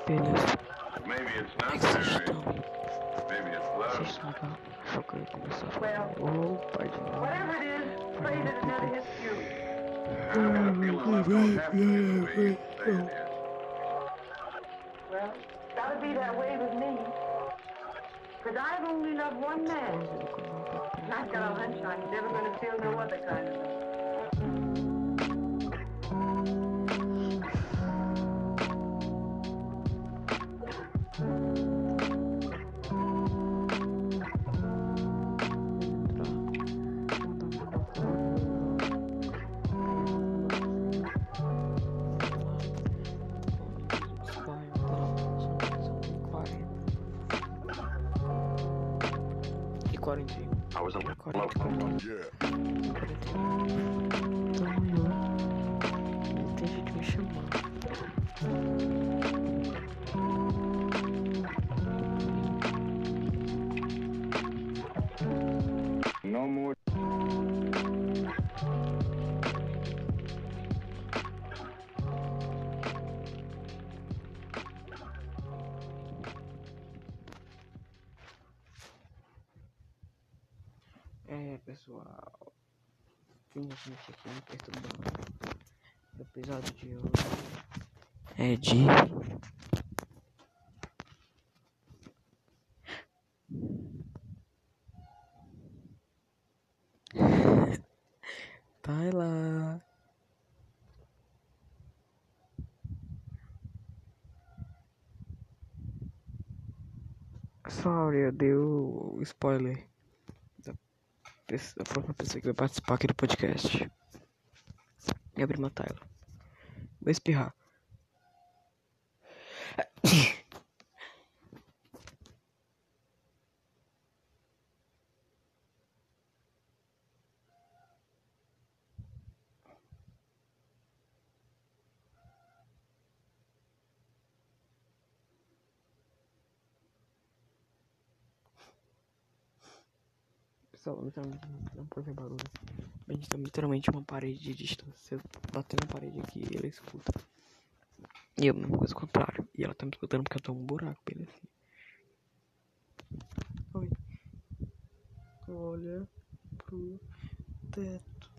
Beleza. Maybe it's Como é not que vocês very. estão? Maybe it's Vocês love. estão legal? Só que eu ia começar a falar. Opa, de novo. Whatever it is, pray that it never hits you. I've got a feeling love don't have to be the way you say it is. Well, it's gotta be that way with me. Because I've only loved one man. And I've got a hunch I'm never going to feel no other kind of love. E 41. I was in love. 41. Yeah. Então, tem gente me chamando. No more. Pessoal, tinha gente aqui me perturbando. O episódio de hoje é de vai lá. Sorry, eu dei o spoiler da próxima pessoa que vai participar aqui do podcast. Gabriel Tyler. Vou espirrar. Pessoal, literalmente não pode ver barulho. A gente tá literalmente uma parede de distância. Se eu bater na parede aqui, ela escuta. E eu, mesma coisa, ao contrário. E ela tá me escutando porque eu tô um buraco bem assim. Oi. Olha pro teto.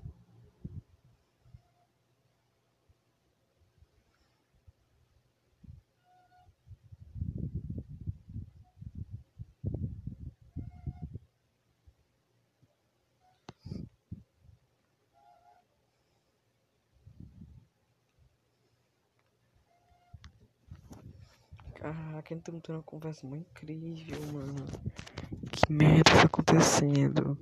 Caraca, então tô numa conversa muito incrível, mano. Que merda tá acontecendo?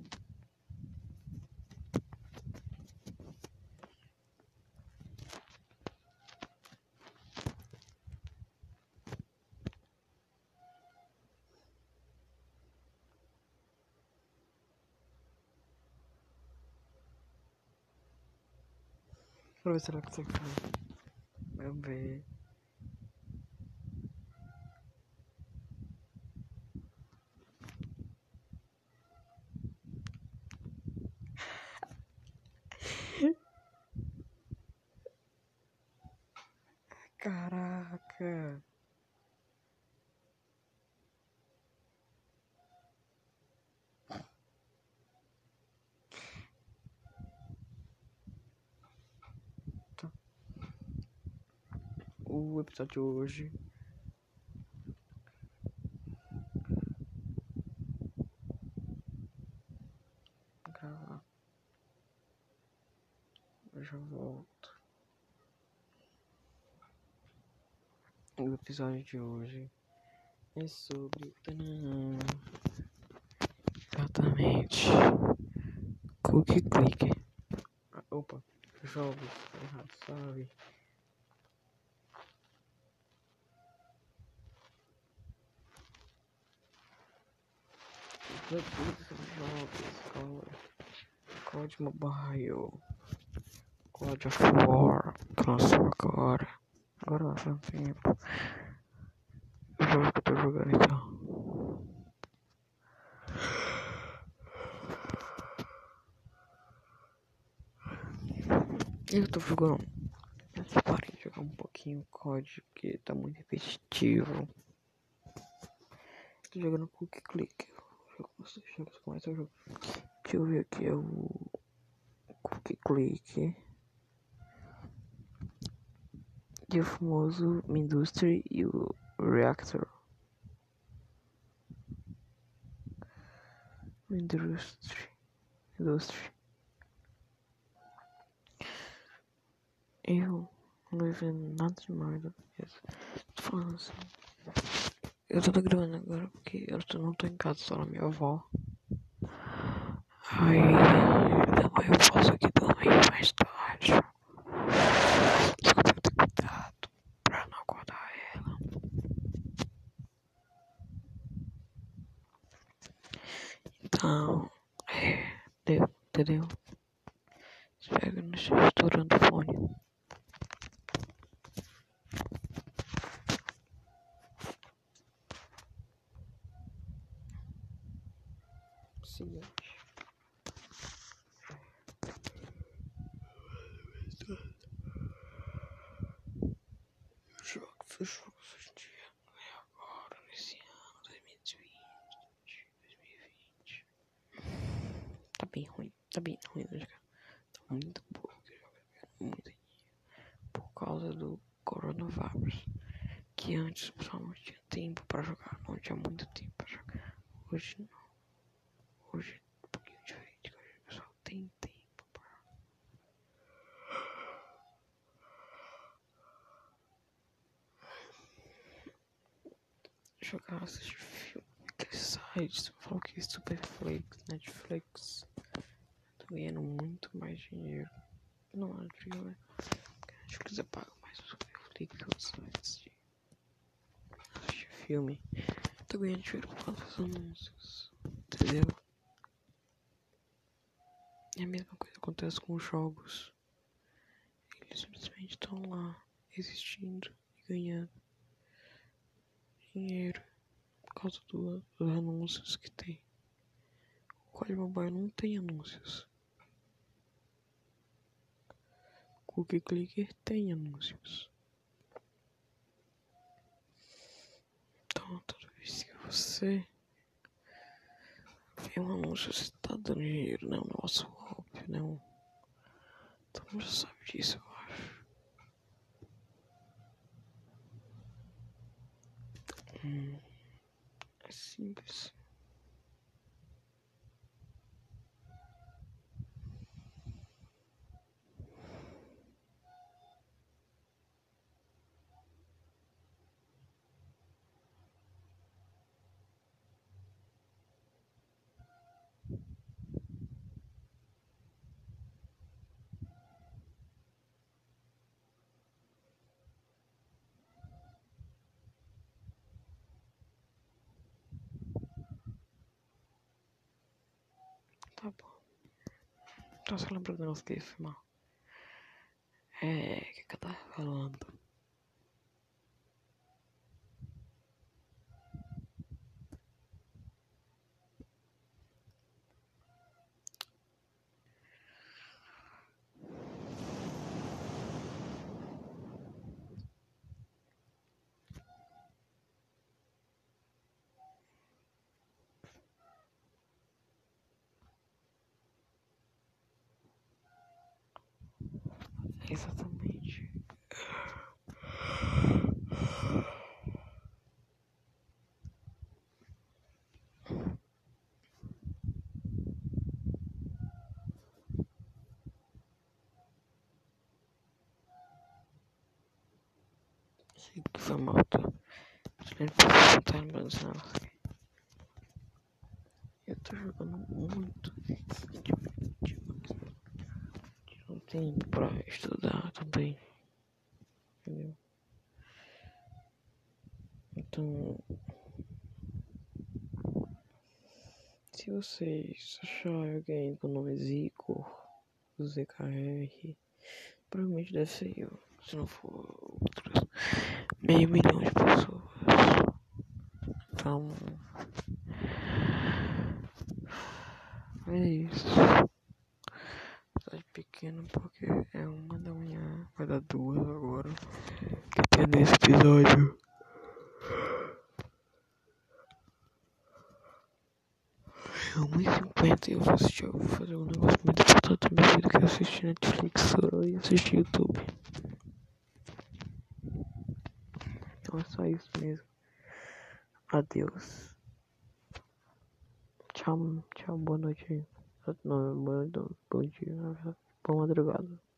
Vamos ver se ela consegue falar. Vamos ver. Caraca. Tá. O episódio de hoje gravar. Eu já volto. O episódio de hoje é sobre. Exatamente. Cookie Clicker. Opa, jogos. Tá errado, sorry. Jogos. COD Mobile. God of War. Que lançou agora. Agora faz um tempo. O jogo que eu tô jogando então. Eu tô jogando Parem de jogar um pouquinho o código, que tá muito repetitivo. Tô jogando Cookie Click. Você começa o jogo. Deixa eu ver aqui, é o Cookie Click. E o famoso Industry e o Reactor. Industry. Eu não tô vendo nada demais da cabeça. Tô falando assim. Eu tô gravando agora porque eu não tô em casa, só na minha avó. Aí eu posso aqui dormir mais tarde. Só que eu tenho que ter cuidado pra não acordar ela. Então, deu, entendeu? Espero que não esteja estourando o fone. Seguinte. O jogo hoje em dia não é agora, nesse ano, 2020. Tá bem ruim, né, cara? Tá muito pouco que eu jogo, muito por causa do coronavírus. Que antes o pessoal não tinha tempo pra jogar, não tinha muito tempo pra jogar. Hoje não. Hoje é um pouquinho diferente, hoje o pessoal tem tempo pra jogar, assistir filme. Aqueles sites, falam que é Superflix, Netflix. Tô ganhando muito mais dinheiro. Não acho, né? A Netflix paga mais o Superflix que os sites de assistir filme. Tô ganhando dinheiro por causa dos anúncios, entendeu? E a mesma coisa acontece com os jogos. Eles simplesmente estão lá, existindo e ganhando dinheiro por causa dos anúncios que tem. O COD Mobile não tem anúncios. O Cookie Clicker tem anúncios. Então, toda vez que você vê um anúncio, você tá dando dinheiro, né? Um negócio óbvio, né? Todo mundo já sabe disso, eu acho. É simples. Tá bom. Então você lembra do negócio que eu ia filmar? O que eu tava falando? Exatamente. Sei que foi mal, tá? Ele pode sentar no meu celular. Eu tô jogando muito. Não tem pra estudar também. Entendeu? Então, se vocês acharem alguém com o nome Zico, ZKR, provavelmente deve ser eu. Se não for outras meio milhão de pessoas. Então, é isso. Cidade pequena porque é 1 da manhã, vai dar 2 agora. Que tem nesse episódio. É 1h50 e eu vou assistir. Eu vou fazer um negócio muito importante da minha vida, que é assistir Netflix e assistir YouTube. Então é só isso mesmo. Adeus. Tchau, tchau, boa noite. Não, boa noite, não, bom dia, boa madrugada.